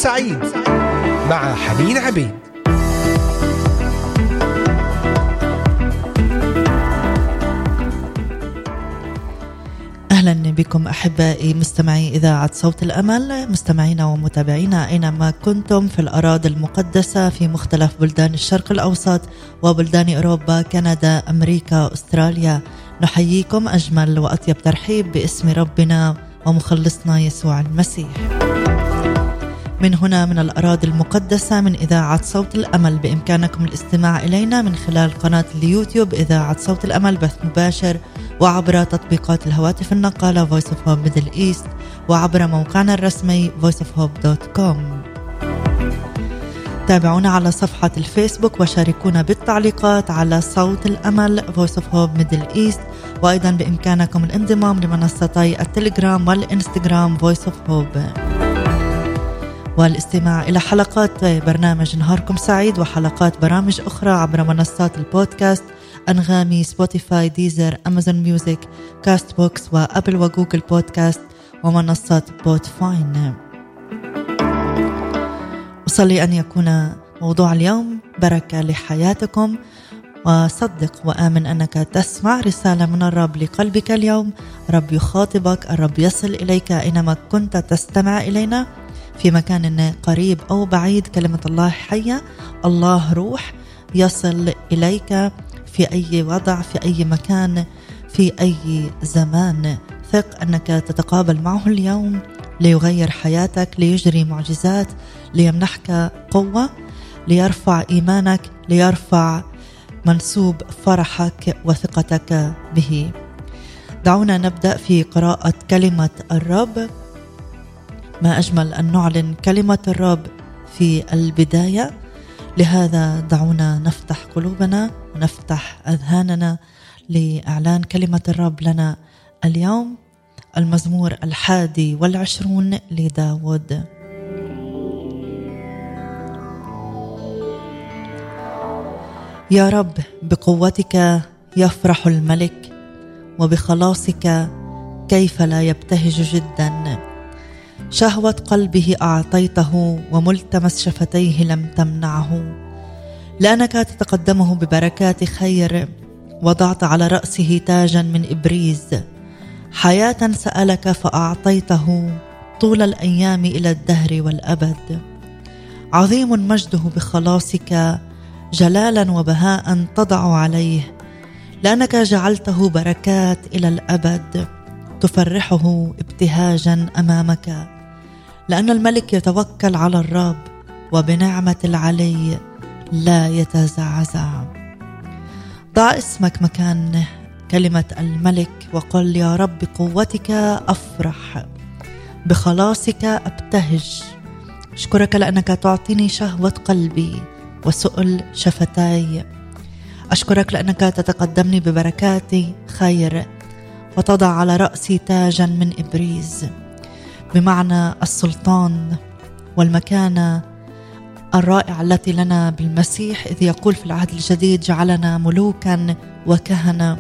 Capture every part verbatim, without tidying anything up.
سعيد مع حنين عبيد. أهلا بكم أحبائي مستمعي إذاعة صوت الأمل، مستمعينا ومتابعينا أينما كنتم في الأراضي المقدسة في مختلف بلدان الشرق الأوسط وبلدان أوروبا، كندا، أمريكا، أستراليا. نحييكم أجمل وأطيب ترحيب باسم ربنا ومخلصنا يسوع المسيح. من هنا من الأراضي المقدسة من إذاعة صوت الأمل، بإمكانكم الاستماع إلينا من خلال قناة اليوتيوب إذاعة صوت الأمل بث مباشر، وعبر تطبيقات الهواتف النقالة Voice of Hope Middle East، وعبر موقعنا الرسمي voice of hope dot com. تابعونا على صفحة الفيسبوك وشاركونا بالتعليقات على صوت الأمل Voice of Hope Middle East، وأيضا بإمكانكم الانضمام لمنصتي التليجرام والإنستغرام Voice of Hope، والاستماع إلى حلقات برنامج نهاركم سعيد وحلقات برامج أخرى عبر منصات البودكاست أنغامي، سبوتيفاي، ديزر، أمازون ميوزك، كاست بوكس، وأبل وجوجل بودكاست، ومنصات بودفاين. أصلي أن يكون موضوع اليوم بركة لحياتكم، وصدق وآمن أنك تسمع رسالة من الرب لقلبك اليوم. رب يخاطبك، الرب يصل إليك أينما كنت تستمع إلينا، في مكان قريب أو بعيد. كلمة الله حية، الله روح، يصل إليك في أي وضع، في أي مكان، في أي زمان. ثق أنك تتقابل معه اليوم ليغير حياتك، ليجري معجزات، ليمنحك قوة، ليرفع إيمانك، ليرفع منسوب فرحك وثقتك به. دعونا نبدأ في قراءة كلمة الرب. ما أجمل أن نعلن كلمة الرب في البداية، لهذا دعونا نفتح قلوبنا ونفتح أذهاننا لإعلان كلمة الرب لنا اليوم. المزمور الحادي والعشرون لداود. يا رب، بقوتك يفرح الملك، وبخلاصك كيف لا يبتهج جدا. شهوة قلبه أعطيته، وملتمس شفتيه لم تمنعه. لأنك تتقدمه ببركات خير، وضعت على رأسه تاجا من إبريز. حياة سألك فأعطيته، طول الأيام إلى الدهر والأبد. عظيم مجده بخلاصك، جلالا وبهاء تضع عليه. لأنك جعلته بركات إلى الأبد، تفرحه ابتهاجا أمامك. لأن الملك يتوكل على الرب، وبنعمة العلي لا يتزعزع. ضع اسمك مكان كلمة الملك وقل: يا رب، بقوتك أفرح، بخلاصك أبتهج. أشكرك لأنك تعطيني شهوة قلبي وسؤل شفتاي. أشكرك لأنك تتقدمني ببركات خير، وتضع على رأسي تاجا من إبريز، بمعنى السلطان والمكانة الرائعة التي لنا بالمسيح، إذ يقول في العهد الجديد: جعلنا ملوكا وكهنة.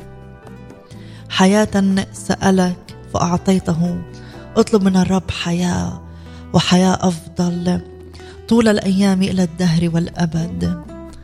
حياة سألك فأعطيته. اطلب من الرب حياة، وحياة أفضل، طول الأيام إلى الدهر والأبد.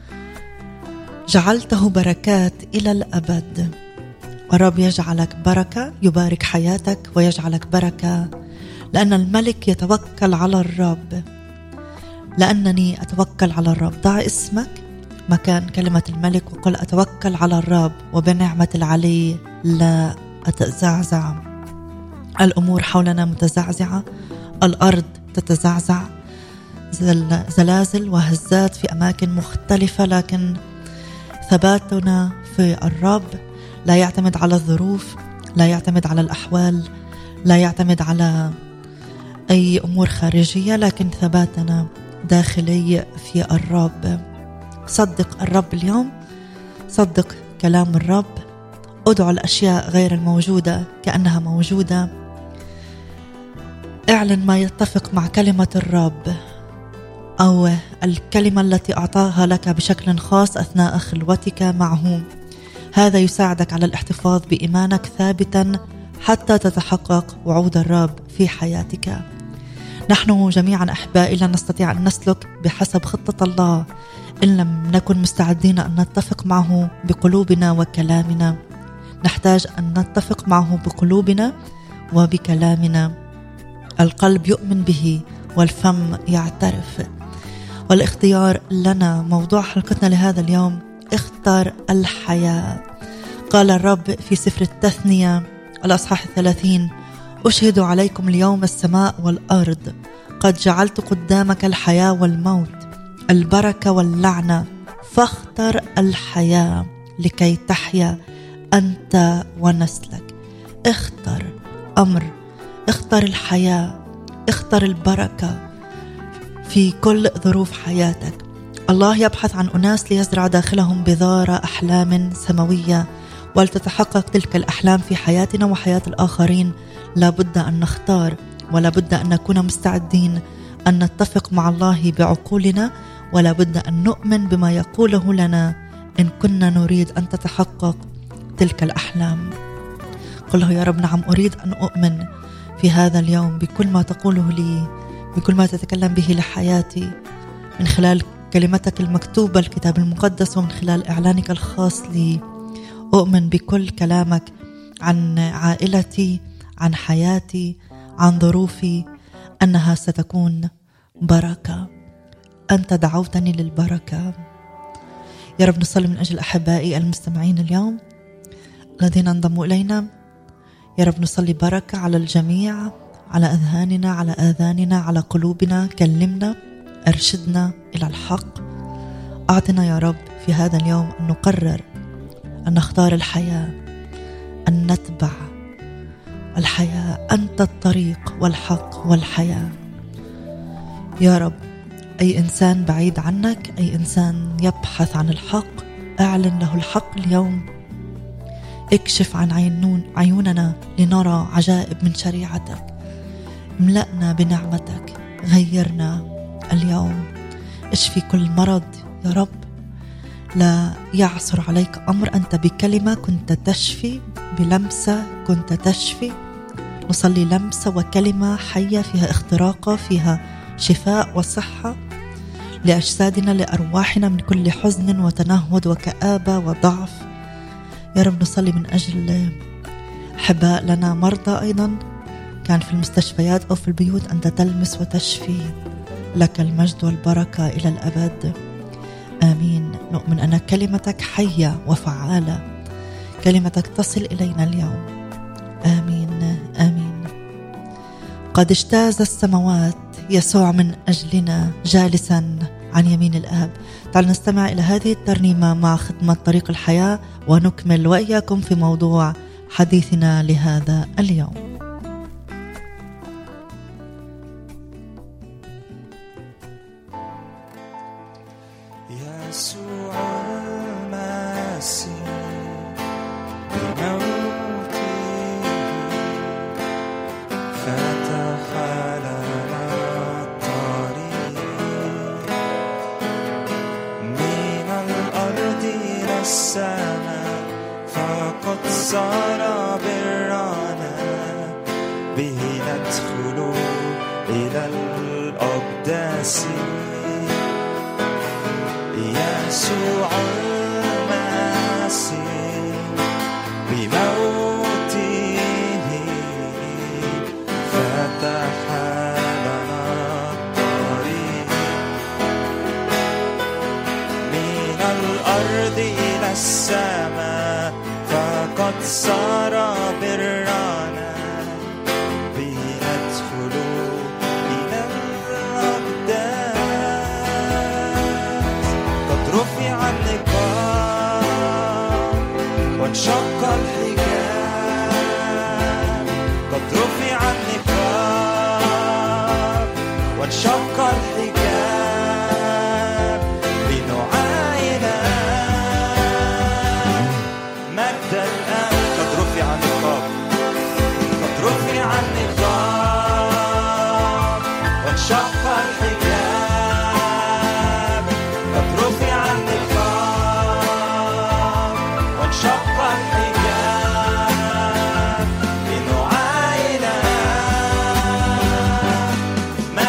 جعلته بركات إلى الأبد. الرب يجعلك بركة، يبارك حياتك ويجعلك بركة، لأن الملك يتوكل على الرب. لأنني أتوكل على الرب. ضع اسمك مكان كلمة الملك وقل: أتوكل على الرب، وبنعمة العلي لا أتزعزع. الأمور حولنا متزعزعة، الأرض تتزعزع، زلازل وهزات في أماكن مختلفة، لكن ثباتنا في الرب لا يعتمد على الظروف، لا يعتمد على الأحوال، لا يعتمد على أي أمور خارجية، لكن ثباتنا داخلي في الرب. صدق الرب اليوم، صدق كلام الرب. ادعو الأشياء غير الموجودة كأنها موجودة. اعلن ما يتفق مع كلمة الرب، أو الكلمة التي أعطاها لك بشكل خاص أثناء خلوتك معه. هذا يساعدك على الاحتفاظ بإيمانك ثابتا حتى تتحقق وعود الرب في حياتك. نحن جميعا أحبائي لا نستطيع أن نسلك بحسب خطة الله إن لم نكن مستعدين أن نتفق معه بقلوبنا وكلامنا. نحتاج أن نتفق معه بقلوبنا وبكلامنا. القلب يؤمن به والفم يعترف. والاختيار لنا. موضوع حلقتنا لهذا اليوم: اختر الحياة. قال الرب في سفر التثنية الأصحاح الثلاثين: أشهد عليكم اليوم السماء والأرض، قد جعلت قدامك الحياة والموت، البركة واللعنة، فاختر الحياة لكي تحيا أنت ونسلك. اختر أمر، اختر الحياة، اختر البركة في كل ظروف حياتك. الله يبحث عن أناس ليزرع داخلهم بذار أحلام سماوية، ولتتحقق تلك الأحلام في حياتنا وحياة الآخرين. لابد أن نختار، ولابد أن نكون مستعدين أن نتفق مع الله بعقولنا، ولابد أن نؤمن بما يقوله لنا إن كنا نريد أن تتحقق تلك الأحلام. قل له: يا رب نعم، أريد أن أؤمن في هذا اليوم بكل ما تقوله لي، بكل ما تتكلم به لحياتي، من خلال كلمتك المكتوبة الكتاب المقدس، ومن خلال إعلانك الخاص لي. أؤمن بكل كلامك عن عائلتي، عن حياتي، عن ظروفي، أنها ستكون بركة. أنت دعوتني للبركة. يا رب نصلي من أجل أحبائي المستمعين اليوم الذين انضموا إلينا. يا رب نصلي بركة على الجميع، على أذهاننا، على آذاننا، على قلوبنا. كلمنا، أرشدنا إلى الحق. أعطنا يا رب في هذا اليوم أن نقرر أن نختار الحياة، أن نتبع الحياة. أنت الطريق والحق والحياة يا رب. أي إنسان بعيد عنك، أي إنسان يبحث عن الحق، أعلن له الحق اليوم. اكشف عن عينون عيوننا لنرى عجائب من شريعتك. املأنا بنعمتك، غيرنا اليوم. اشفي كل مرض يا رب. لا يعصر عليك أمر. أنت بكلمة كنت تشفي، بلمسة كنت تشفي. نصلي لمسة وكلمة حية فيها اختراقة، فيها شفاء وصحة لأجسادنا، لأرواحنا، من كل حزن وتنهد وكآبة وضعف. يا رب نصلي من أجل أحباء لنا مرضى أيضا كان في المستشفيات أو في البيوت، أنت تلمس وتشفي. لك المجد والبركة إلى الأبد. آمين. نؤمن أن كلمتك حية وفعالة، كلمتك تصل إلينا اليوم. آمين آمين. قد اجتاز السماوات يسوع من أجلنا جالسا عن يمين الآب. تعال نستمع إلى هذه الترنيمة مع خدمة طريق الحياة، ونكمل وإياكم في موضوع حديثنا لهذا اليوم. يسوع المسيح بموته فتح لنا الطريق من الأرض إلى السماء، فقد صار برنا، به ندخل إلى الأقداس. يسوع المسيح بموته فتح لنا الطريق من الأرض إلى السماء، فقد صار برنا، به ندخل إلى الأقداس. رفع النقاب وانشق الحجاب، قد رفع النقاب وانشق الحجاب، لنعاين مجد الآب. قد رفع النقاب، قد رفع النقاب وانشق الحجاب، قد رفع النقاب وانشق الحجاب، لنعاين مجد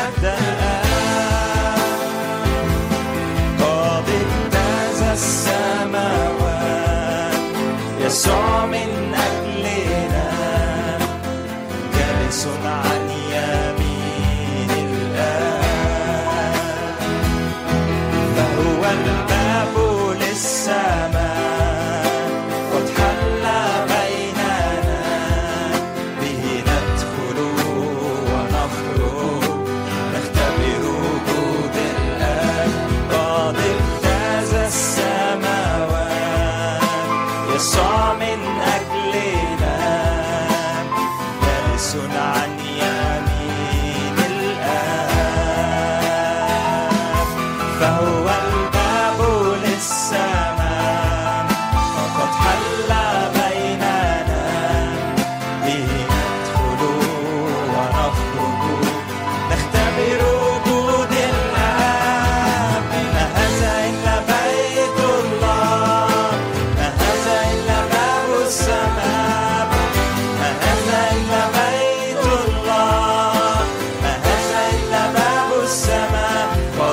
جالس عن يمين الآب، فهو الباب للسماء وقد حل بيننا، به ندخل ونخرج نختبر وجود الآب. ما هذا إلا بيت الله، ما هذا إلا باب السماء، ما هذا إلا بيت الله، ما هذا إلا باب السماء قد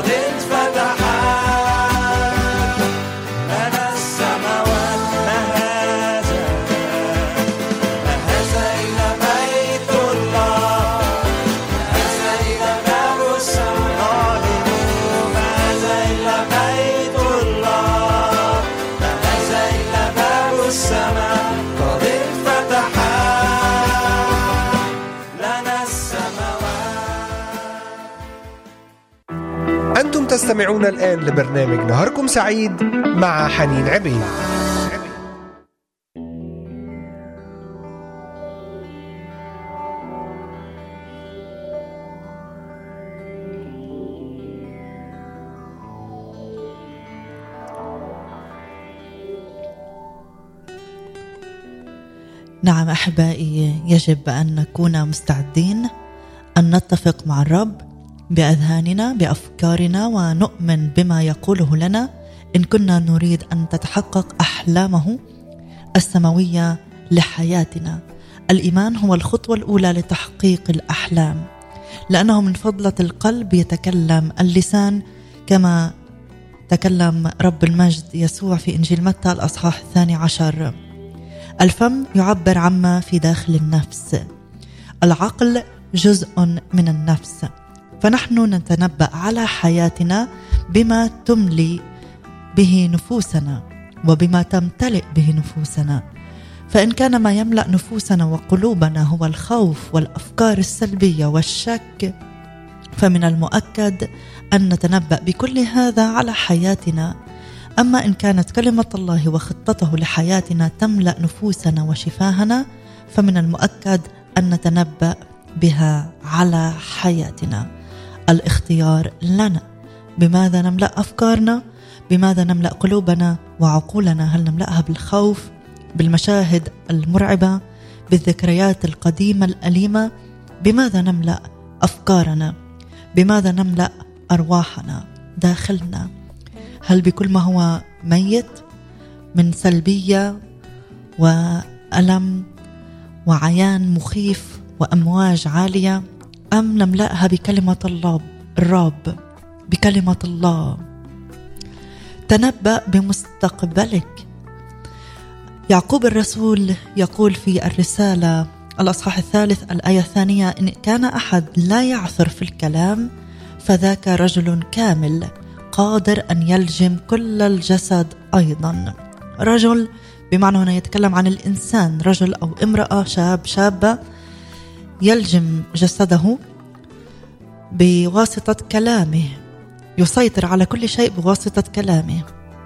انفتحت لنا السماوات. ما هذا ما هذا إلا بيت الله، ما هذا إلا باب السماء، ما هذا إلا بيت الله، ما هذا إلا باب السماء قد انفتحت لنا السماوات. أنتم تستمعون الآن لبرنامج نهاركم سعيد مع حنين عبيد. نعم أحبائي، يجب أن نكون مستعدين أن نتفق مع الرب بأذهاننا بأفكارنا ونؤمن بما يقوله لنا إن كنا نريد أن تتحقق أحلامه السماوية لحياتنا. الإيمان هو الخطوة الأولى لتحقيق الأحلام، لأنه من فضلة القلب يتكلم اللسان، كما تكلم رب المجد يسوع في إنجيل متى الأصحاح الثاني عشر. الفم يعبر عما في داخل النفس، العقل جزء من النفس، فنحن نتنبأ على حياتنا بما تملي به نفوسنا وبما تمتلئ به نفوسنا. فإن كان ما يملأ نفوسنا وقلوبنا هو الخوف والأفكار السلبية والشك، فمن المؤكد أن نتنبأ بكل هذا على حياتنا. أما إن كانت كلمة الله وخطته لحياتنا تملأ نفوسنا وشفاهنا، فمن المؤكد أن نتنبأ بها على حياتنا. الاختيار لنا، بماذا نملأ أفكارنا، بماذا نملأ قلوبنا وعقولنا. هل نملأها بالخوف، بالمشاهد المرعبة، بالذكريات القديمة الأليمة؟ بماذا نملأ أفكارنا؟ بماذا نملأ أرواحنا داخلنا؟ هل بكل ما هو ميت من سلبية وألم وعيان مخيف وأمواج عالية، أم نملأها بكلمة الله الرب، بكلمة الله؟ تنبأ بمستقبلك. يعقوب الرسول يقول في الرسالة الأصحاح الثالث الآية الثانية: إن كان أحد لا يعثر في الكلام فذاك رجل كامل قادر أن يلجم كل الجسد أيضا. رجل بمعنى هنا يتكلم عن الإنسان، رجل أو امرأة، شاب، شابة، يلجم جسده بواسطة كلامه، يسيطر على كل شيء بواسطة كلامه.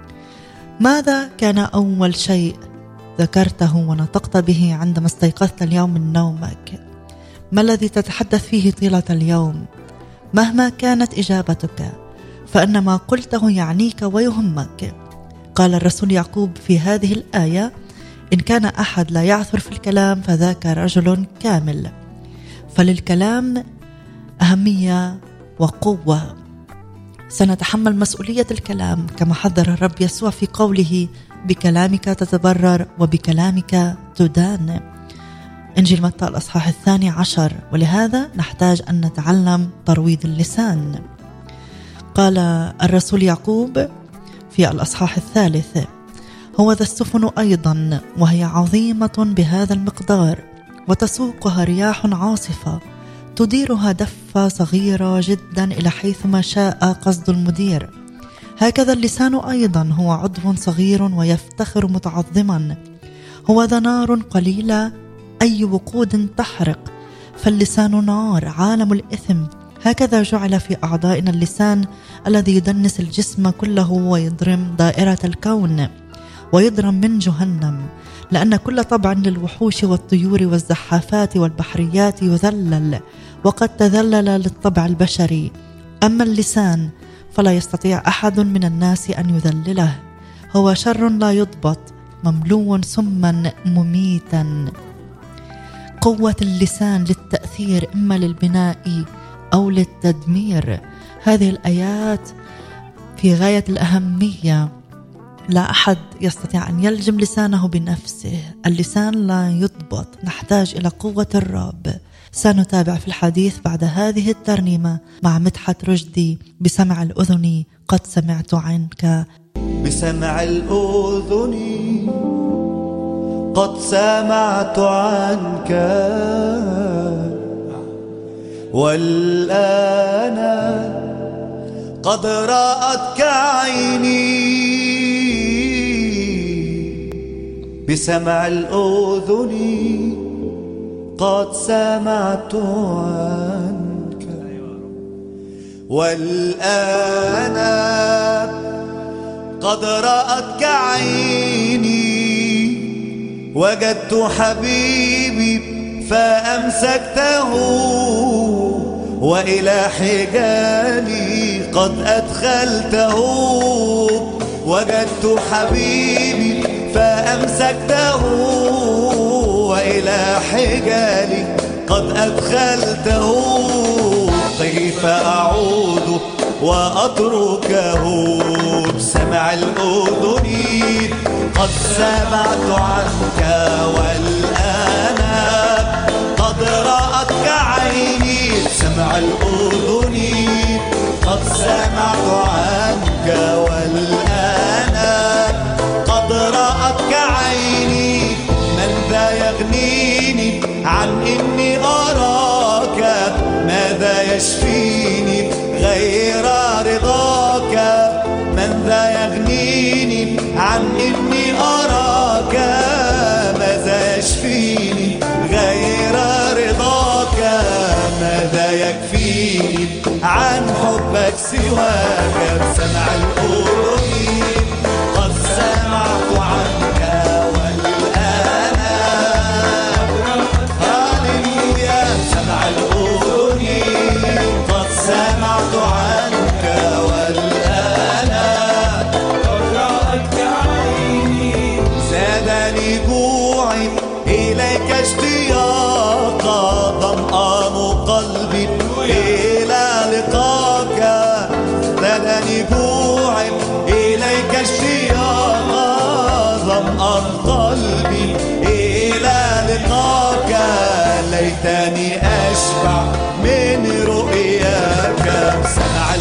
ماذا كان أول شيء ذكرته ونطقت به عندما استيقظت اليوم من نومك؟ ما الذي تتحدث فيه طيلة اليوم؟ مهما كانت إجابتك فإن ما قلته يعنيك ويهمك. قال الرسول يعقوب في هذه الآية: إن كان أحد لا يعثر في الكلام فذاك رجل كامل. فللكلام أهمية وقوة. سنتحمل مسؤولية الكلام كما حذر الرب يسوع في قوله: بكلامك تتبرر وبكلامك تدان. إنجيل متى الأصحاح الثاني عشر. ولهذا نحتاج أن نتعلم ترويض اللسان. قال الرسول يعقوب في الأصحاح الثالث: هو ذا السفن أيضا وهي عظيمة بهذا المقدار، وتسوقها رياح عاصفة، تديرها دفة صغيرة جدا إلى حيثما شاء قصد المدير. هكذا اللسان أيضا هو عضو صغير ويفتخر متعظما، هو ذا نار قليلة أي وقود تحرق، فاللسان نار عالم الإثم. هكذا جعل في أعضائنا اللسان الذي يدنس الجسم كله ويضرم دائرة الكون. ويضرم من جهنم، لأن كل طبع للوحوش والطيور والزحافات والبحريات يذلل، وقد تذلل للطبع البشري. أما اللسان فلا يستطيع أحد من الناس أن يذلله، هو شر لا يضبط، مملوء سما مميتا. قوة اللسان للتأثير إما للبناء أو للتدمير. هذه الآيات في غاية الأهمية، لا أحد يستطيع أن يلجم لسانه بنفسه، اللسان لا يضبط، نحتاج إلى قوة الرب. سنتابع في الحديث بعد هذه الترنيمة مع مدحت رشدي بسمع الأذن قد سمعت عنك. بسمع الأذن قد سمعت عنك، والآن قد رأتك عيني. بسمع الأذن قد سمعت عنك، والآن قد رأتك عيني. وجدت حبيبي فأمسكته، وإلى حجالي قد أدخلته. وجدت حبيبي فأمسكته، وإلى حجالي قد أدخلته. كيف أعود وأتركه؟ بسمع الأذن قد سمعت عنك، والآن قد رأتك عيني. بسمع الأذن قد سمعت عنك، والآن قد رأتك عيني. من ذا يغنيني عن إني أراك؟ ماذا يشفيني غير رضاك؟ من ذا يغنيني عن إني أراك؟ ماذا يشفيني غير رضاك؟ ماذا يكفيني عن حبك سواك؟ بسمع الأذن قد سمعت عنك، والآن هاليلويا. سمع الأذن قد سمعت عنك، والآن قد رأتك عيني. زادني جوعي إليك اشتياقا، ظمآن قلبي إلى لقاك. زادني جوعي إليك اشتياقا، ظمآن قلبي إلى لقاك. ليتني أشبع من رؤياك. سمع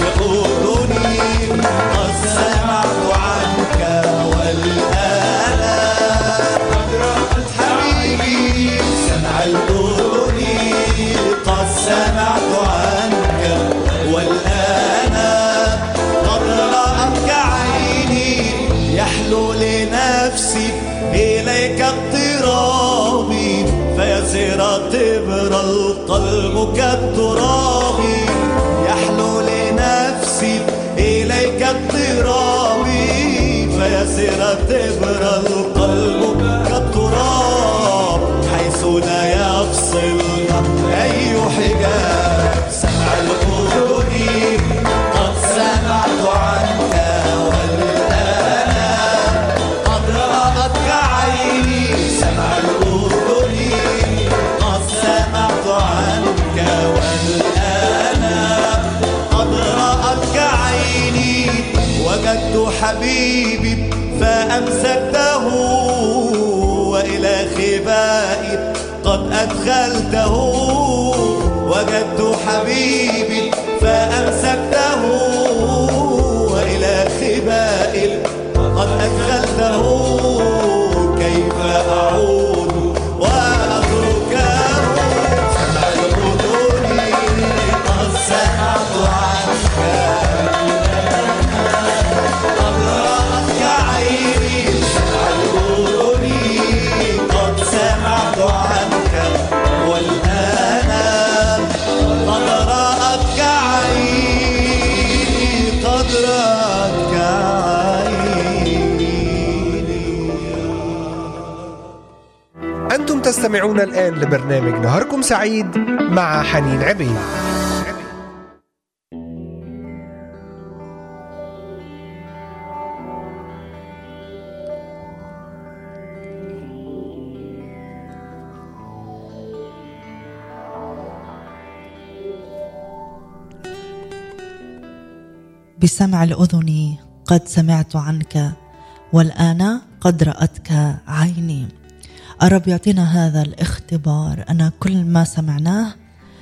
الأذن قد سمعت عنك، والآن قد رأت حبيبي. سمع الأذن قد سمعت عنك، والآن قد رأتك عيني. يحلو لنفسي إليك اضطرابي، فيصير تبر القلب كالتراب. يحلو لنفسي إليك اضطرابي، فيصير تبر القلب كالتراب. حيث لا يفصل أي حجاب. سمع الأذن قد سمعت عنك، والآن قد رأتك عيني. سمع الأذن قد سمعت عنك، والآن قد رأتك عيني. وجدت حبيبي فأمسكته، وإلى خبائي قد أدخلته. وجدت حبيبي فأمسكته، وإلى خبائي قد أدخلته. كيف أعود وأتركه؟ سمع الأذن قد سمعت عنك، قد رأتك عيني. سمع الأذن قد سمعت عنك، والآن قد رأتك عيني. قد رأتك عيني. تستمعون الآن لبرنامج نهاركم سعيد مع حنين عبيد. بسمع الأذن قد سمعت عنك، والآن قد رأتك عيني. الرب يعطينا هذا الاختبار أن كل ما سمعناه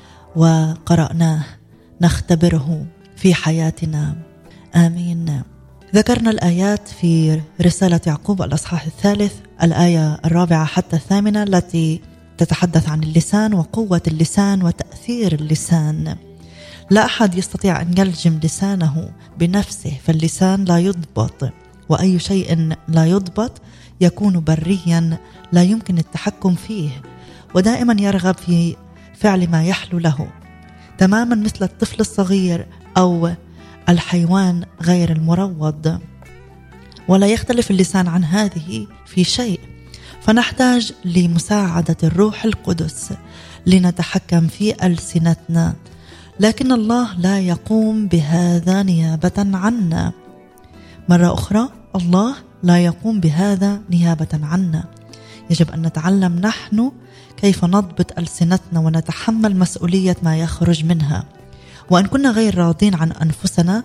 وقرأناه نختبره في حياتنا. آمين. ذكرنا الآيات في رسالة يعقوب الأصحاح الثالث الآية الرابعة حتى الثامنة التي تتحدث عن اللسان وقوة اللسان وتأثير اللسان. لا أحد يستطيع أن يلجم لسانه بنفسه، فاللسان لا يضبط، وأي شيء لا يضبط يكون بريا لا يمكن التحكم فيه، ودائما يرغب في فعل ما يحلو له، تماما مثل الطفل الصغير أو الحيوان غير المروض. ولا يختلف اللسان عن هذه في شيء، فنحتاج لمساعدة الروح القدس لنتحكم في ألسنتنا، لكن الله لا يقوم بهذا نيابة عنا. مرة أخرى، الله لا يقوم بهذا نيابة عنا. يجب أن نتعلم نحن كيف نضبط ألسنتنا ونتحمل مسؤولية ما يخرج منها. وأن كنا غير راضين عن أنفسنا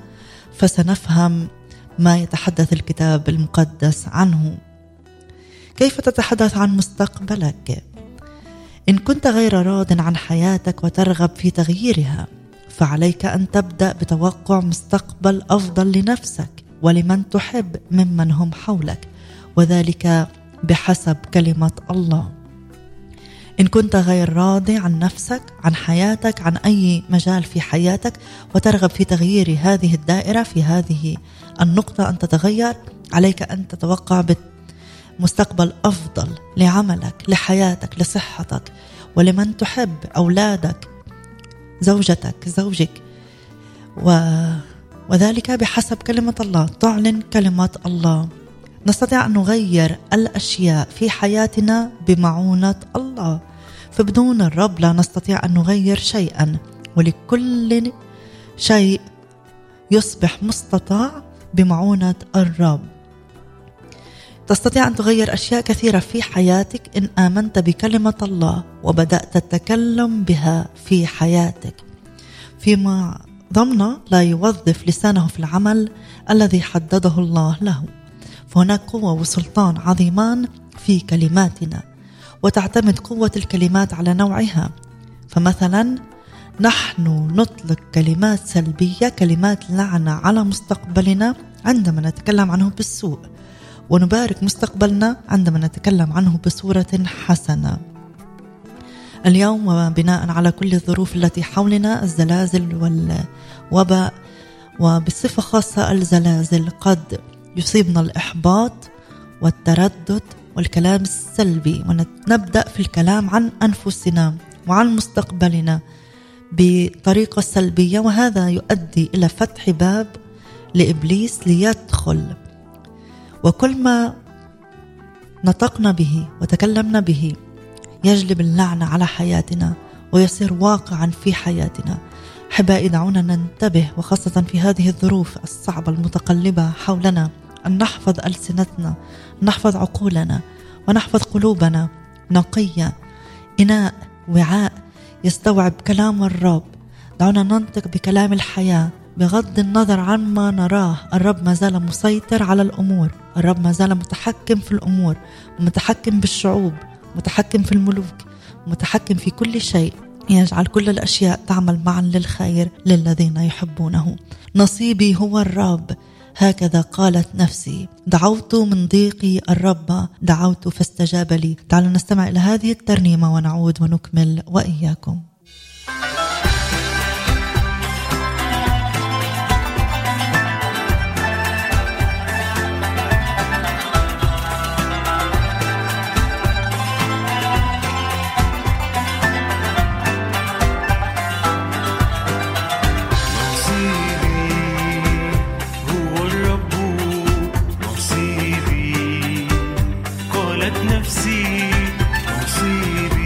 فسنفهم ما يتحدث الكتاب المقدس عنه. كيف تتحدث عن مستقبلك؟ إن كنت غير راض عن حياتك وترغب في تغييرها، فعليك أن تبدأ بتوقع مستقبل أفضل لنفسك ولمن تحب ممن هم حولك، وذلك بحسب كلمة الله. إن كنت غير راضي عن نفسك، عن حياتك، عن أي مجال في حياتك، وترغب في تغيير هذه الدائرة في هذه النقطة أن تتغير، عليك أن تتوقع مستقبل أفضل لعملك، لحياتك، لصحتك، ولمن تحب، أولادك، زوجتك، زوجك، و... وذلك بحسب كلمة الله. تعلن كلمة الله. نستطيع أن نغير الأشياء في حياتنا بمعونة الله، فبدون الرب لا نستطيع أن نغير شيئا، ولكل شيء يصبح مستطاع بمعونة الرب. تستطيع أن تغير أشياء كثيرة في حياتك إن آمنت بكلمة الله وبدأت تتكلم بها في حياتك. فيما ضمن لا يوظف لسانه في العمل الذي حدده الله له، فهناك قوة وسلطان عظيمان في كلماتنا، وتعتمد قوة الكلمات على نوعها. فمثلا نحن نطلق كلمات سلبية، كلمات لعنة على مستقبلنا عندما نتكلم عنه بالسوء، ونبارك مستقبلنا عندما نتكلم عنه بصورة حسنة. اليوم وبناء على كل الظروف التي حولنا، الزلازل والوباء، وبصفة خاصة الزلازل، قد يصيبنا الإحباط والتردد والكلام السلبي، ونبدأ في الكلام عن أنفسنا وعن مستقبلنا بطريقة سلبية، وهذا يؤدي إلى فتح باب لإبليس ليدخل. وكل ما نطقنا به وتكلمنا به يجلب اللعنة على حياتنا ويصير واقعا في حياتنا. أحبائي، دعونا ننتبه، وخاصة في هذه الظروف الصعبة المتقلبة حولنا، أن نحفظ ألسنتنا، نحفظ عقولنا، ونحفظ قلوبنا نقية، إناء، وعاء يستوعب كلام الرب. دعونا ننطق بكلام الحياة بغض النظر عما نراه. الرب ما زال مسيطر على الأمور، الرب ما زال متحكم في الأمور، ومتحكم بالشعوب، متحكم في الملوك، متحكم في كل شيء، يجعل كل الأشياء تعمل معا للخير للذين يحبونه. نصيبي هو الرب، هكذا قالت نفسي، دعوت من ضيقي الرب، دعوت فاستجاب لي. تعالوا نستمع إلى هذه الترنيمة ونعود ونكمل وإياكم. نفسي نصيبي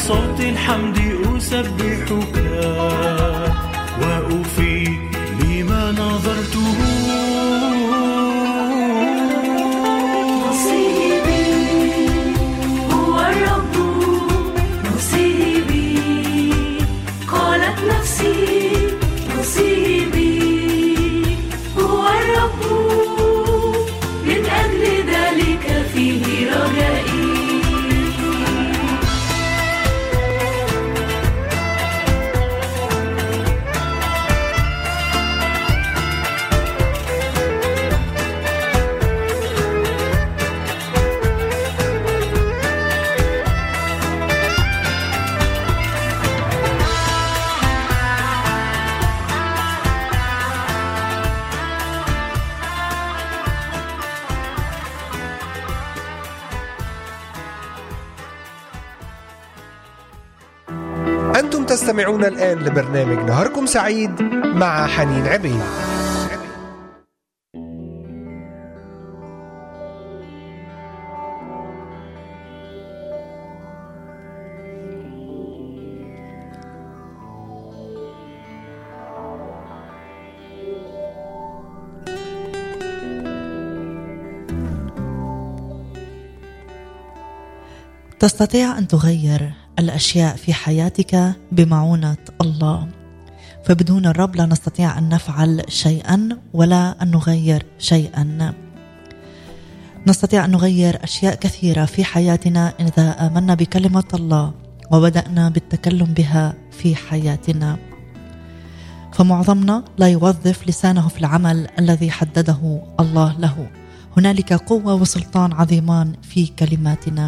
بصوت الحمد أسبحك وأوفي لما نظرته. نصيبي هو الرب، نصيبي قالت نفسي، نصيبي هو الرب، من أجل ذلك فيه رجائي. أنتم تستمعون الآن لبرنامج نهاركم سعيد مع حنين عبيد. تستطيع أن تغير الأشياء في حياتك بمعونة الله، فبدون الرب لا نستطيع أن نفعل شيئا ولا أن نغير شيئا. نستطيع أن نغير أشياء كثيرة في حياتنا إذا آمنا بكلمة الله وبدأنا بالتكلم بها في حياتنا. فمعظمنا لا يوظف لسانه في العمل الذي حدده الله له. هنالك قوة وسلطان عظيمان في كلماتنا،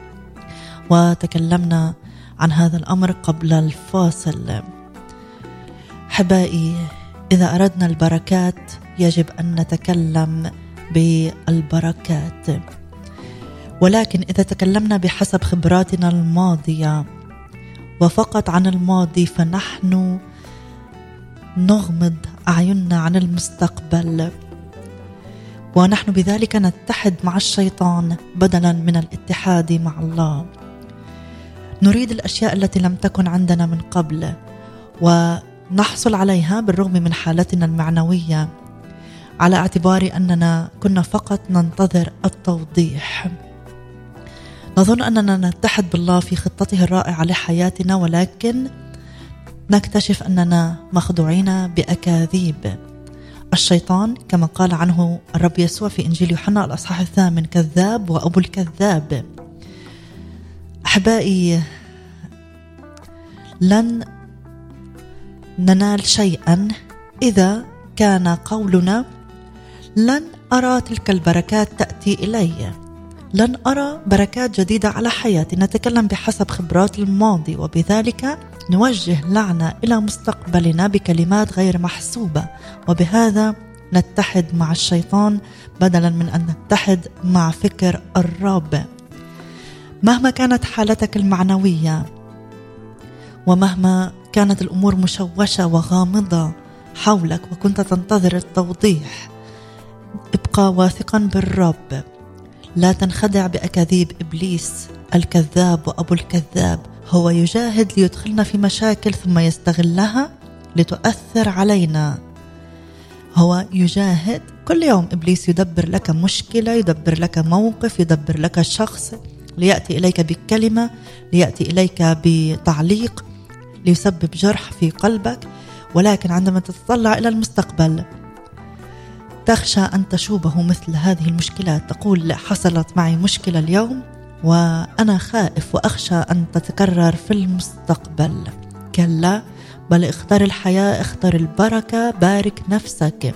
وتكلمنا عن هذا الأمر قبل الفاصل. حبائي، إذا أردنا البركات يجب أن نتكلم بالبركات، ولكن إذا تكلمنا بحسب خبراتنا الماضية وفقط عن الماضي فنحن نغمض أعيننا عن المستقبل، ونحن بذلك نتحد مع الشيطان بدلا من الاتحاد مع الله. نريد الأشياء التي لم تكن عندنا من قبل ونحصل عليها بالرغم من حالتنا المعنوية، على اعتبار أننا كنا فقط ننتظر التوضيح. نظن أننا نتحد بالله في خطته الرائعة لحياتنا، ولكن نكتشف أننا مخدوعين بأكاذيب الشيطان، كما قال عنه الرب يسوع في إنجيل يوحنا الأصحاح الثامن: كذاب وأبو الكذاب. أحبائي، لن ننال شيئا إذا كان قولنا لن أرى تلك البركات تأتي إلي، لن أرى بركات جديدة على حياتي. نتكلم بحسب خبرات الماضي، وبذلك نوجه لعنة إلى مستقبلنا بكلمات غير محسوبة، وبهذا نتحد مع الشيطان بدلا من أن نتحد مع فكر الرب. مهما كانت حالتك المعنوية ومهما كانت الأمور مشوشة وغامضة حولك وكنت تنتظر التوضيح، ابقى واثقا بالرب. لا تنخدع بأكاذيب إبليس الكذاب وأبو الكذاب. هو يجاهد ليدخلنا في مشاكل ثم يستغلها لتؤثر علينا. هو يجاهد كل يوم. إبليس يدبر لك مشكلة، يدبر لك موقف، يدبر لك شخص ليأتي إليك بكلمة، ليأتي إليك بتعليق، ليسبب جرح في قلبك. ولكن عندما تتطلع إلى المستقبل تخشى أن تشوبه مثل هذه المشكلات. تقول: حصلت معي مشكلة اليوم وأنا خائف وأخشى أن تتكرر في المستقبل. كلا، بل اختر الحياة، اختر البركة، بارك نفسك.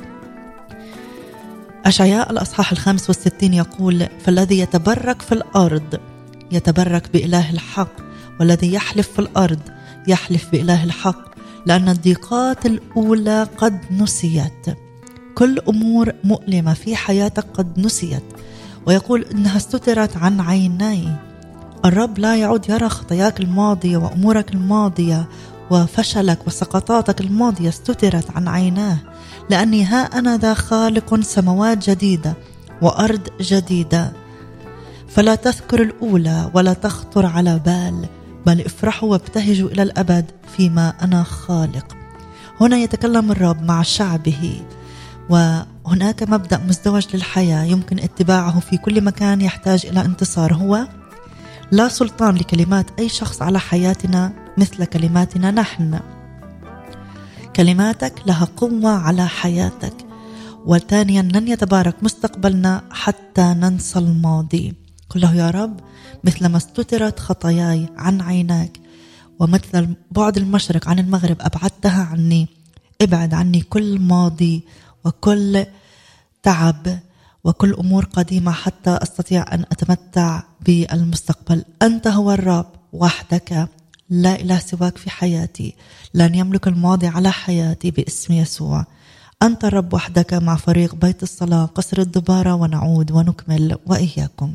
أشعياء الأصحاح الخامس والستين يقول: فالذي يتبرك في الأرض يتبرك بإله الحق، والذي يحلف في الأرض يحلف بإله الحق، لأن الضيقات الأولى قد نسيت. كل أمور مؤلمة في حياتك قد نسيت، ويقول إنها استترت عن عيني. الرب لا يعود يرى خطاياك الماضية وأمورك الماضية وفشلك وسقطاتك الماضية، استترت عن عيناه، لأني ها أنا ذا خالق سماوات جديدة وأرض جديدة. فلا تذكر الأولى ولا تخطر على بال، بل افرحوا وابتهجوا إلى الأبد فيما أنا خالق. هنا يتكلم الرب مع شعبه، وهناك مبدأ مزدوج للحياة يمكن اتباعه في كل مكان يحتاج إلى انتصار. هو لا سلطان لكلمات أي شخص على حياتنا مثل كلماتنا نحن. كلماتك لها قوة على حياتك. وثانيا لن يتبارك مستقبلنا حتى ننسى الماضي. كله يا رب مثلما استترت خطاياي عن عيناك ومثل بعد المشرق عن المغرب أبعدتها عني. ابعد عني كل ماضي وكل تعب وكل أمور قديمة حتى أستطيع أن أتمتع بالمستقبل. أنت هو الرب وحدك، لا إله سواك في حياتي، لن يملك الماضي على حياتي باسم يسوع. أنت الرب وحدك مع فريق بيت الصلاة قصر الدبارة، ونعود ونكمل وإياكم.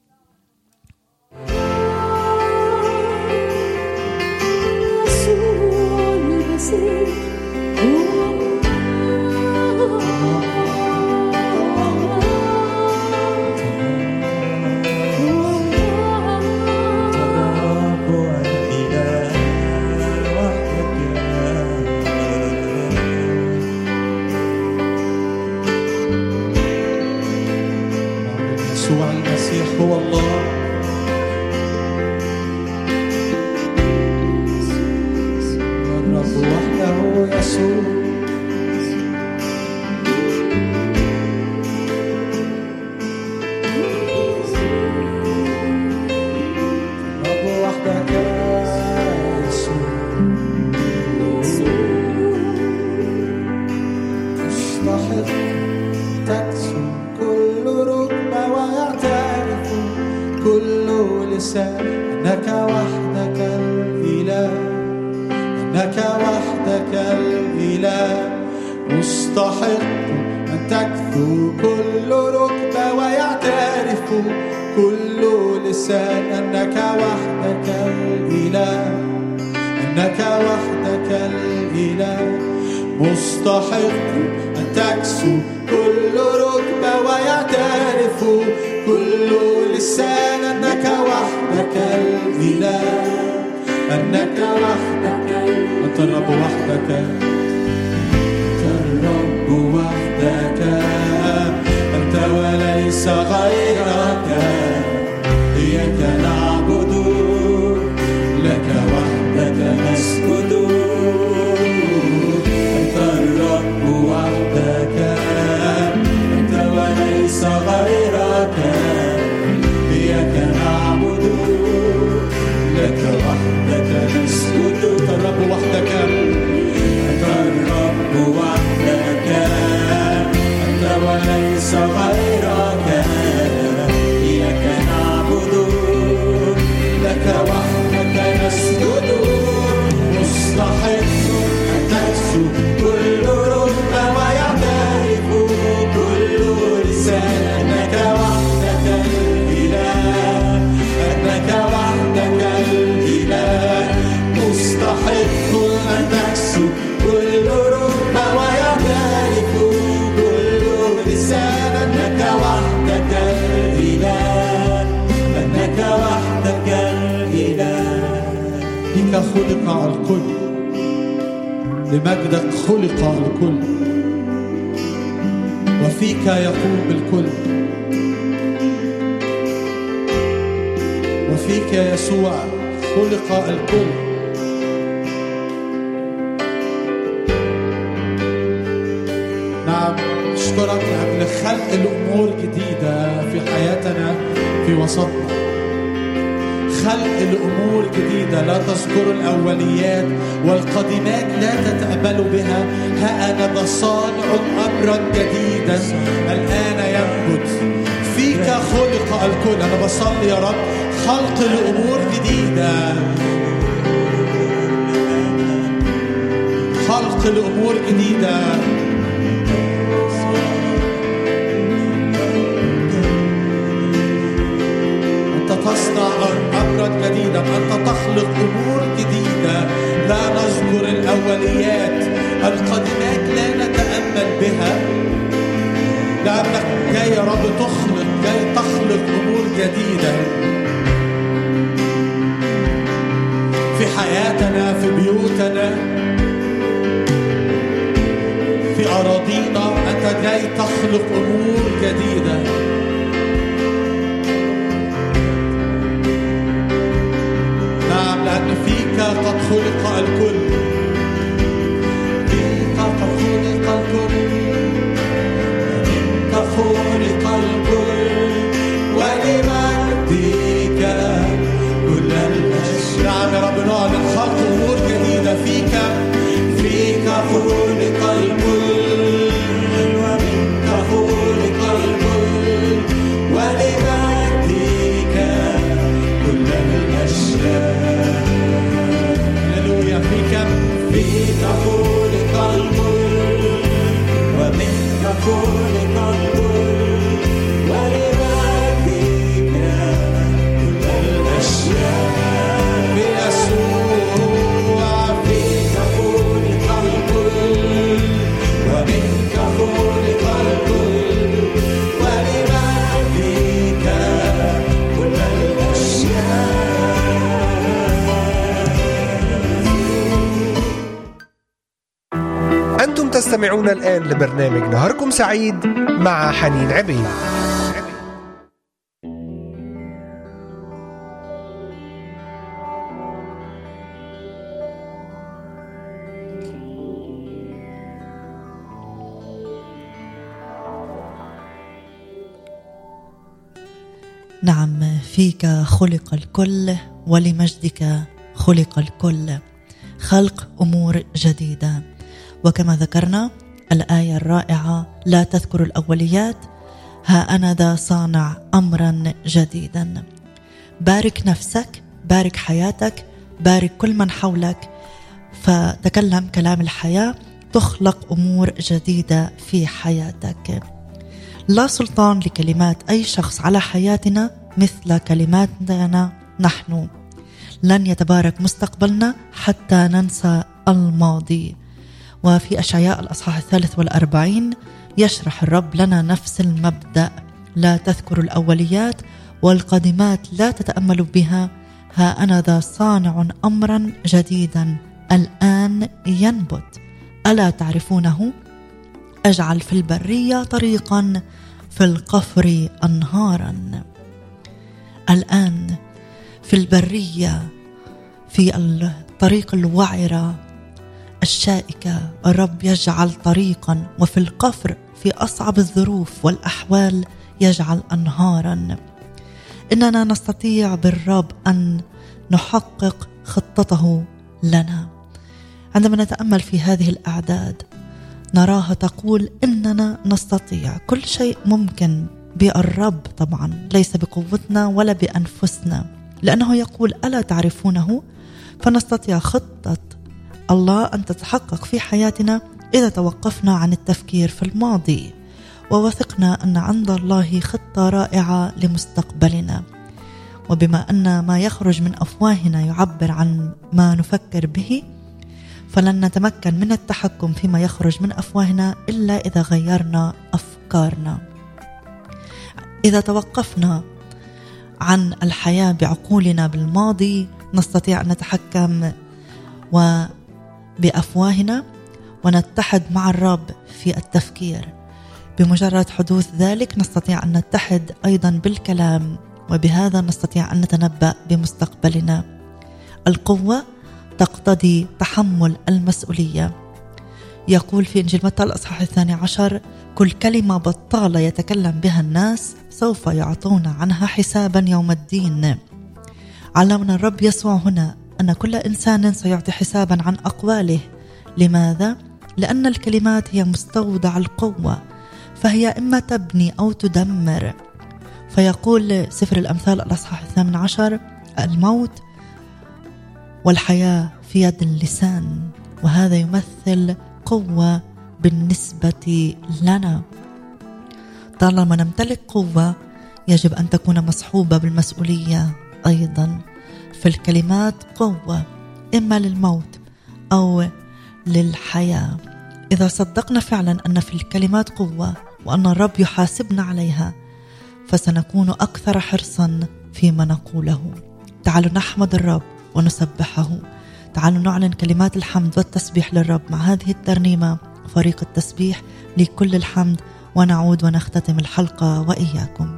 يسوع المسيح هو الله. الرب وحده يسوع. الرب وحدك يسوع. مستحق تكسو كل ركبة ويعترف كل لسان أنك وحدك الإله، أنك وحدك الإله. مستحق أن تكثو كل ركبة ويعترف كل لسان أنك وحدك الإله، أنك وحدك الإله. مستحق أن تكسو كل ركبة ويعترف كل لسان أنك وحدك الإله، أنك وحدك. أنت الرب وحدك، أنت الرب وحدك، أنت وليس غيرك. إياك نعبد، لك وحدك نسجد. أنت الرب وحدك، أنت وليس غيرك. إياك نعبد، لك وحدك نسجد. أنت الرب وحدك، أنت الرب وحدك، أنت وليس غيرك. إياك نعبد، لك وحدك نسجد. مستحق أن تكسو كل ركبة ويعترف كل لسان أنك وحدك الإله، أنك وحدك الإله. مستحق أن تكسو كل ركبة ويعترف كل لسان أنك وحدك الإله، أنك وحدك الإله. بك خلق الكل، لمجدك خلق الكل، وفيك يقوم الكل. وفيك يسوع خلق الكل. نعم، أشكرك لأجل خلق الأمور جديدة في حياتنا في وسطنا. خلق الأمور جديدة، لا تذكر الأوليات والقديمات لا تتقبل بها. ها أنا ذا صانع أمرا جديدا الآن ينبت. فيك خلق الكل. أنا بصلي يا رب خلق الأمور جديدة، خلق الأمور جديدة. تصنع أمرا جديدا، أنت تخلق أمور جديدة. لا نذكر الأوليات، القديمات لا نتأمل بها، لأنك جاي يا رب تخلق، جاي تخلق أمور جديدة. حياتنا، في بيوتنا، في أراضينا. أنت جاي تخلق أمور جديدة. نعم، لأن فيك قد خلق الكل، فيك قد خلق الكل، منك خلق الكل، ولمجدك كل الأشياء. نعم يا رب، نعلن خلق أمور جديدة. فيك فيك خلق الكل، ومنك خلق الكل، ولمجدك كل الأشياء. هللويا. فيك فيك خلق الكل، ومنك خلق الكل، ولمجدك كل الأشياء. أنتم تستمعون الآن لبرنامج نهاركم سعيد مع حنين عبيد. نعم، فيك خلق الكل، ولمجدك خلق الكل. خلق أمور جديدة. وكما ذكرنا الآية الرائعة: لا تذكر الأوليات، ها أنا ذا صانع أمرا جديدا. بارك نفسك، بارك حياتك، بارك كل من حولك، فتكلم كلام الحياة، تخلق أمور جديدة في حياتك. لا سلطان لكلمات أي شخص على حياتنا مثل كلماتنا نحن. لن يتبارك مستقبلنا حتى ننسى الماضي. وفي أشعياء الأصحاح الثالث والأربعين يشرح الرب لنا نفس المبدأ: لا تذكر الأوليات، والقادمات لا تتأمل بها، ها أنا ذا صانع أمرا جديدا الآن ينبت، ألا تعرفونه؟ أجعل في البرية طريقا، في القفر أنهارا. الآن في البرية، في الطريق الوعرة الشائكة، الرب يجعل طريقا، وفي القفر في أصعب الظروف والأحوال يجعل أنهارا. إننا نستطيع بالرب أن نحقق خطته لنا. عندما نتأمل في هذه الأعداد نراها تقول إننا نستطيع كل شيء، ممكن بالرب طبعا، ليس بقوتنا ولا بأنفسنا، لأنه يقول ألا تعرفونه؟ فنستطيع خطة الله أن تتحقق في حياتنا إذا توقفنا عن التفكير في الماضي، ووثقنا أن عند الله خطة رائعة لمستقبلنا. وبما أن ما يخرج من أفواهنا يعبر عن ما نفكر به، فلن نتمكن من التحكم فيما يخرج من أفواهنا إلا إذا غيرنا أفكارنا. إذا توقفنا عن الحياة بعقولنا بالماضي نستطيع أن نتحكم وبأفواهنا ونتحد مع الرب في التفكير. بمجرد حدوث ذلك نستطيع أن نتحد أيضا بالكلام، وبهذا نستطيع أن نتنبأ بمستقبلنا. القوة تقتضي تحمل المسؤولية. يقول في إنجيل متى الأصحاح الثاني عشر: كل كلمة بطالة يتكلم بها الناس سوف يعطون عنها حسابا يوم الدين. علمنا الرب يسوع هنا أن كل إنسان سيعطي حسابا عن أقواله. لماذا؟ لأن الكلمات هي مستودع القوة، فهي إما تبني أو تدمر. فيقول سفر الأمثال الأصحاح الثامن عشر: الموت والحياة في يد اللسان، وهذا يمثل قوة بالنسبة لنا. طالما نمتلك قوة يجب أن تكون مصحوبة بالمسؤولية أيضا. في الكلمات قوة إما للموت أو للحياة. إذا صدقنا فعلا أن في الكلمات قوة وأن الرب يحاسبنا عليها فسنكون أكثر حرصا فيما نقوله. تعالوا نحمد الرب ونسبحه. تعالوا نعلن كلمات الحمد والتسبيح للرب مع هذه الترنيمة. فريق التسبيح لكل الحمد، ونعود ونختتم الحلقة وإياكم.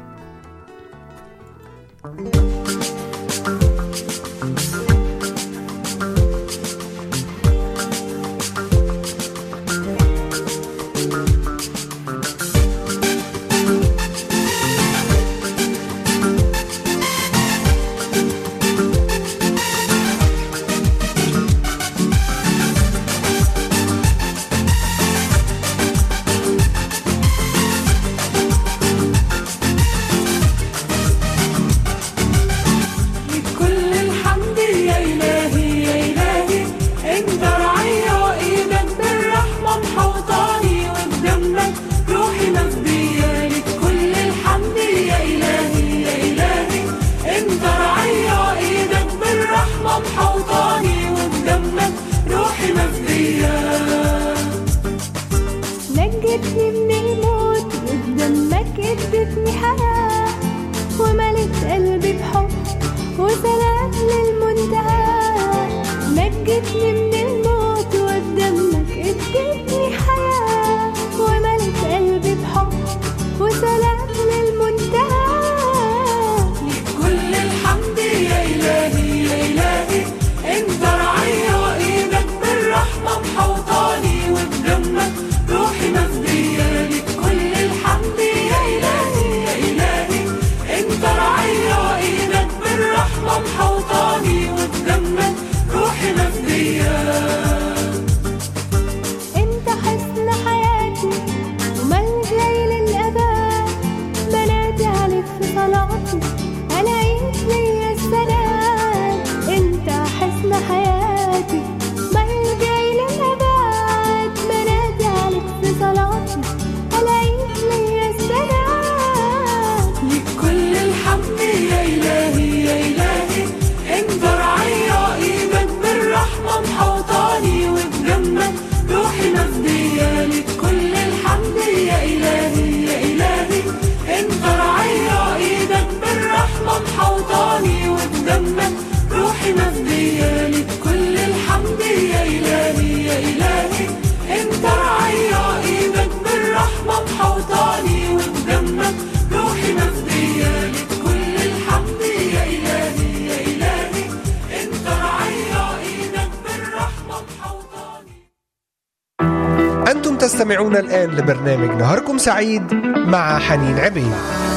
تستمعون الآن لبرنامج نهاركم سعيد مع حنين عبيد.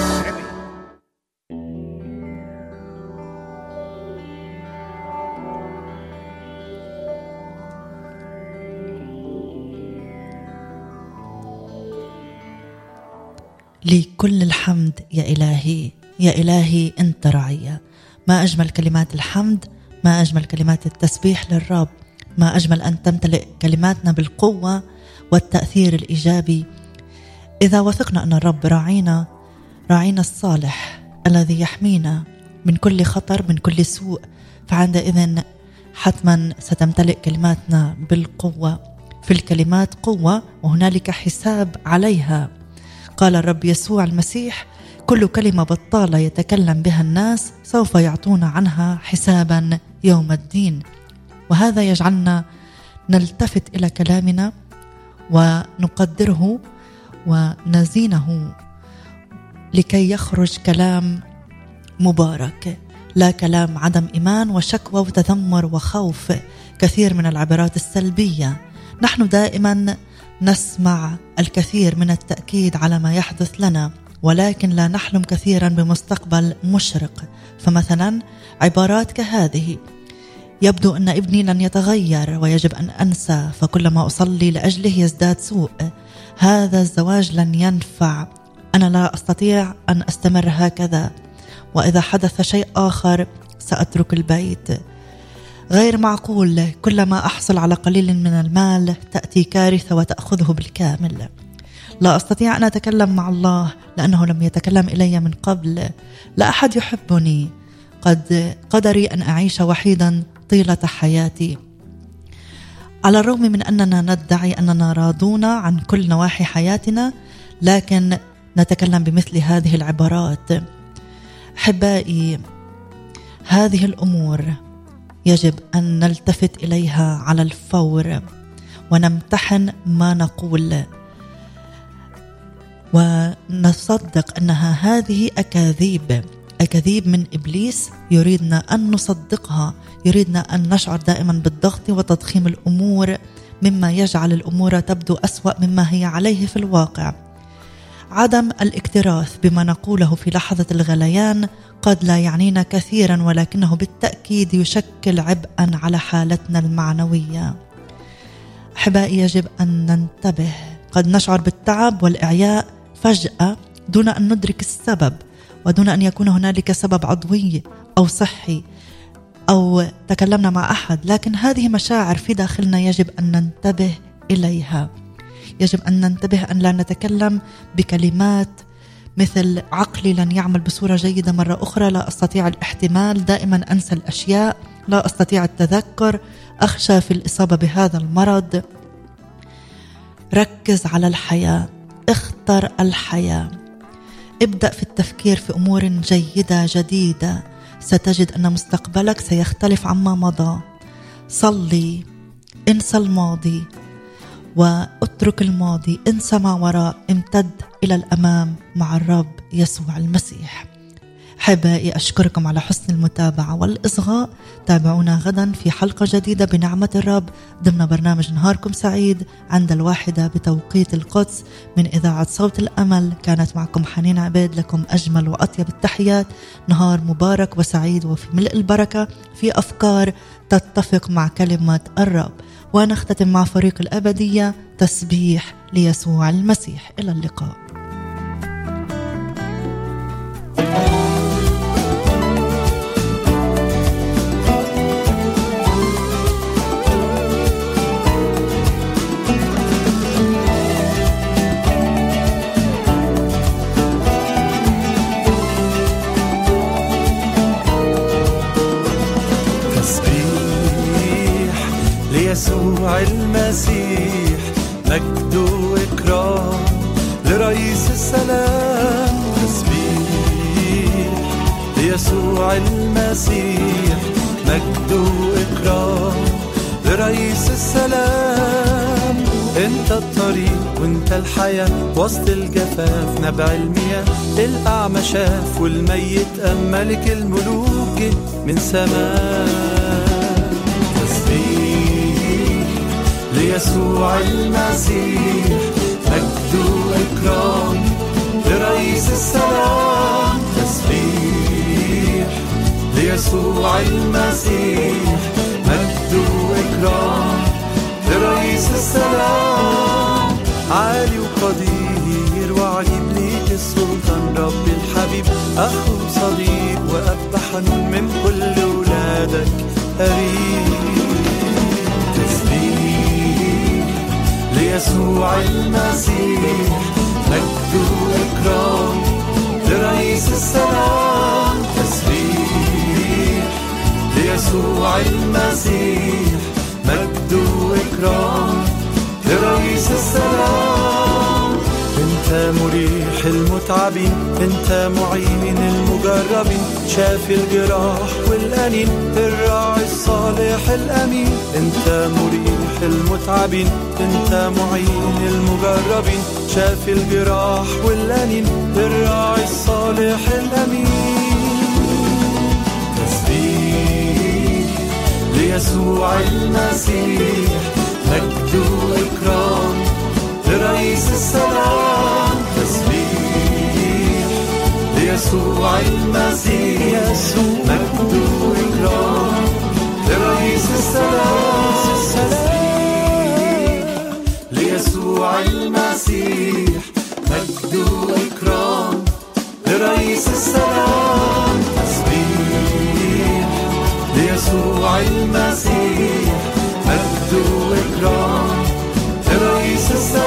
لكل الحمد يا إلهي، يا إلهي أنت رعية. ما أجمل كلمات الحمد، ما أجمل كلمات التسبيح للرب، ما أجمل أن تمتلئ كلماتنا بالقوة والتأثير الإيجابي. إذا وثقنا أن الرب راعينا، راعينا الصالح الذي يحمينا من كل خطر، من كل سوء، فعندئذ حتما ستمتلئ كلماتنا بالقوة. في الكلمات قوة وهنالك حساب عليها. قال الرب يسوع المسيح: كل كلمة بطالة يتكلم بها الناس سوف يعطون عنها حسابا يوم الدين. وهذا يجعلنا نلتفت إلى كلامنا ونقدره ونزينه لكي يخرج كلام مبارك، لا كلام عدم إيمان وشكوى وتذمر وخوف. كثير من العبارات السلبية. نحن دائما نسمع الكثير من التأكيد على ما يحدث لنا، ولكن لا نحلم كثيرا بمستقبل مشرق. فمثلا عبارات كهذه: يبدو أن ابني لن يتغير ويجب أن أنسى، فكلما أصلي لأجله يزداد سوء. هذا الزواج لن ينفع، أنا لا أستطيع أن أستمر هكذا، وإذا حدث شيء آخر سأترك البيت. غير معقول، كلما أحصل على قليل من المال تأتي كارثة وتأخذه بالكامل. لا أستطيع أن أتكلم مع الله لأنه لم يتكلم إلي من قبل. لا أحد يحبني، قد قدري أن أعيش وحيدا طيلة حياتي. على الرغم من أننا ندعي أننا راضون عن كل نواحي حياتنا، لكن نتكلم بمثل هذه العبارات. أحبائي، هذه الأمور يجب أن نلتفت إليها على الفور ونمتحن ما نقول ونصدق أنها هذه أكاذيب أكاذيب من إبليس يريدنا أن نصدقها، يريدنا أن نشعر دائما بالضغط وتضخيم الأمور مما يجعل الأمور تبدو أسوأ مما هي عليه في الواقع. عدم الاكتراث بما نقوله في لحظة الغليان قد لا يعنينا كثيرا، ولكنه بالتأكيد يشكل عبئا على حالتنا المعنوية. أحبائي، يجب أن ننتبه. قد نشعر بالتعب والإعياء فجأة دون أن ندرك السبب، ودون أن يكون هنالك سبب عضوي أو صحي أو تكلمنا مع أحد، لكن هذه مشاعر في داخلنا يجب أن ننتبه إليها. يجب أن ننتبه أن لا نتكلم بكلمات مثل عقلي لن يعمل بصورة جيدة مرة أخرى، لا أستطيع الاحتمال، دائما أنسى الأشياء، لا أستطيع التذكر، أخشى في الإصابة بهذا المرض. ركز على الحياة، اختر الحياة، ابدأ في التفكير في أمور جيدة جديدة، ستجد أن مستقبلك سيختلف عما مضى. صلي، انسى الماضي واترك الماضي، انسى ما وراء، امتد إلى الأمام مع الرب يسوع المسيح. أحبائي، أشكركم على حسن المتابعة والإصغاء. تابعونا غدا في حلقة جديدة بنعمة الرب ضمن برنامج نهاركم سعيد عند الواحدة بتوقيت القدس من إذاعة صوت الأمل. كانت معكم حنين عبيد، لكم أجمل وأطيب التحيات. نهار مبارك وسعيد وفي ملء البركة، في أفكار تتفق مع كلمة الرب. ونختتم مع فريق الأبدية تسبيح ليسوع المسيح. إلى اللقاء. يسوع المسيح، مجد وإكرام لرئيس السلام. تسبيح ليسوع المسيح، مجد وإكرام لرئيس السلام. انت الطريق وانت الحياة، وسط الجفاف نبع المياه. الأعمى شاف والميت أم، ملك الملوك من سماء. ليسوع المسيح، مجد وإكرام لرئيس السلام. تسبيح ليسوع المسيح، مجد وإكرام لرئيس السلام. عالي وقدير وعجيب ليك السلطان، رب الحبيب، أخو صديق وأب حنون، من كل ولادك قريب. ليسوع المسيح، مجد وإكرام لرئيس السلام. تسبيح ليسوع المسيح، مجد وإكرام لرئيس السلام. انت مريح المتعبين، انت معين المجربين، شافي الجراح والأنين، الراعي الصالح الأمين. انت مريح المتعبين، انت معين المجربين، شافي الجراح والأنين، الراعي الصالح الأمين. تسبيح ليسوع المسيح، مجد وإكرام لرئيس السلام. تسبيح ليسوع المسيح، مجد وإكرام لرئيس السلام. ليسوع المسيح، مجد وإكرام لرئيس السلام. تسبيح ليسوع المسيح، مجد وإكرام لرئيس السلام.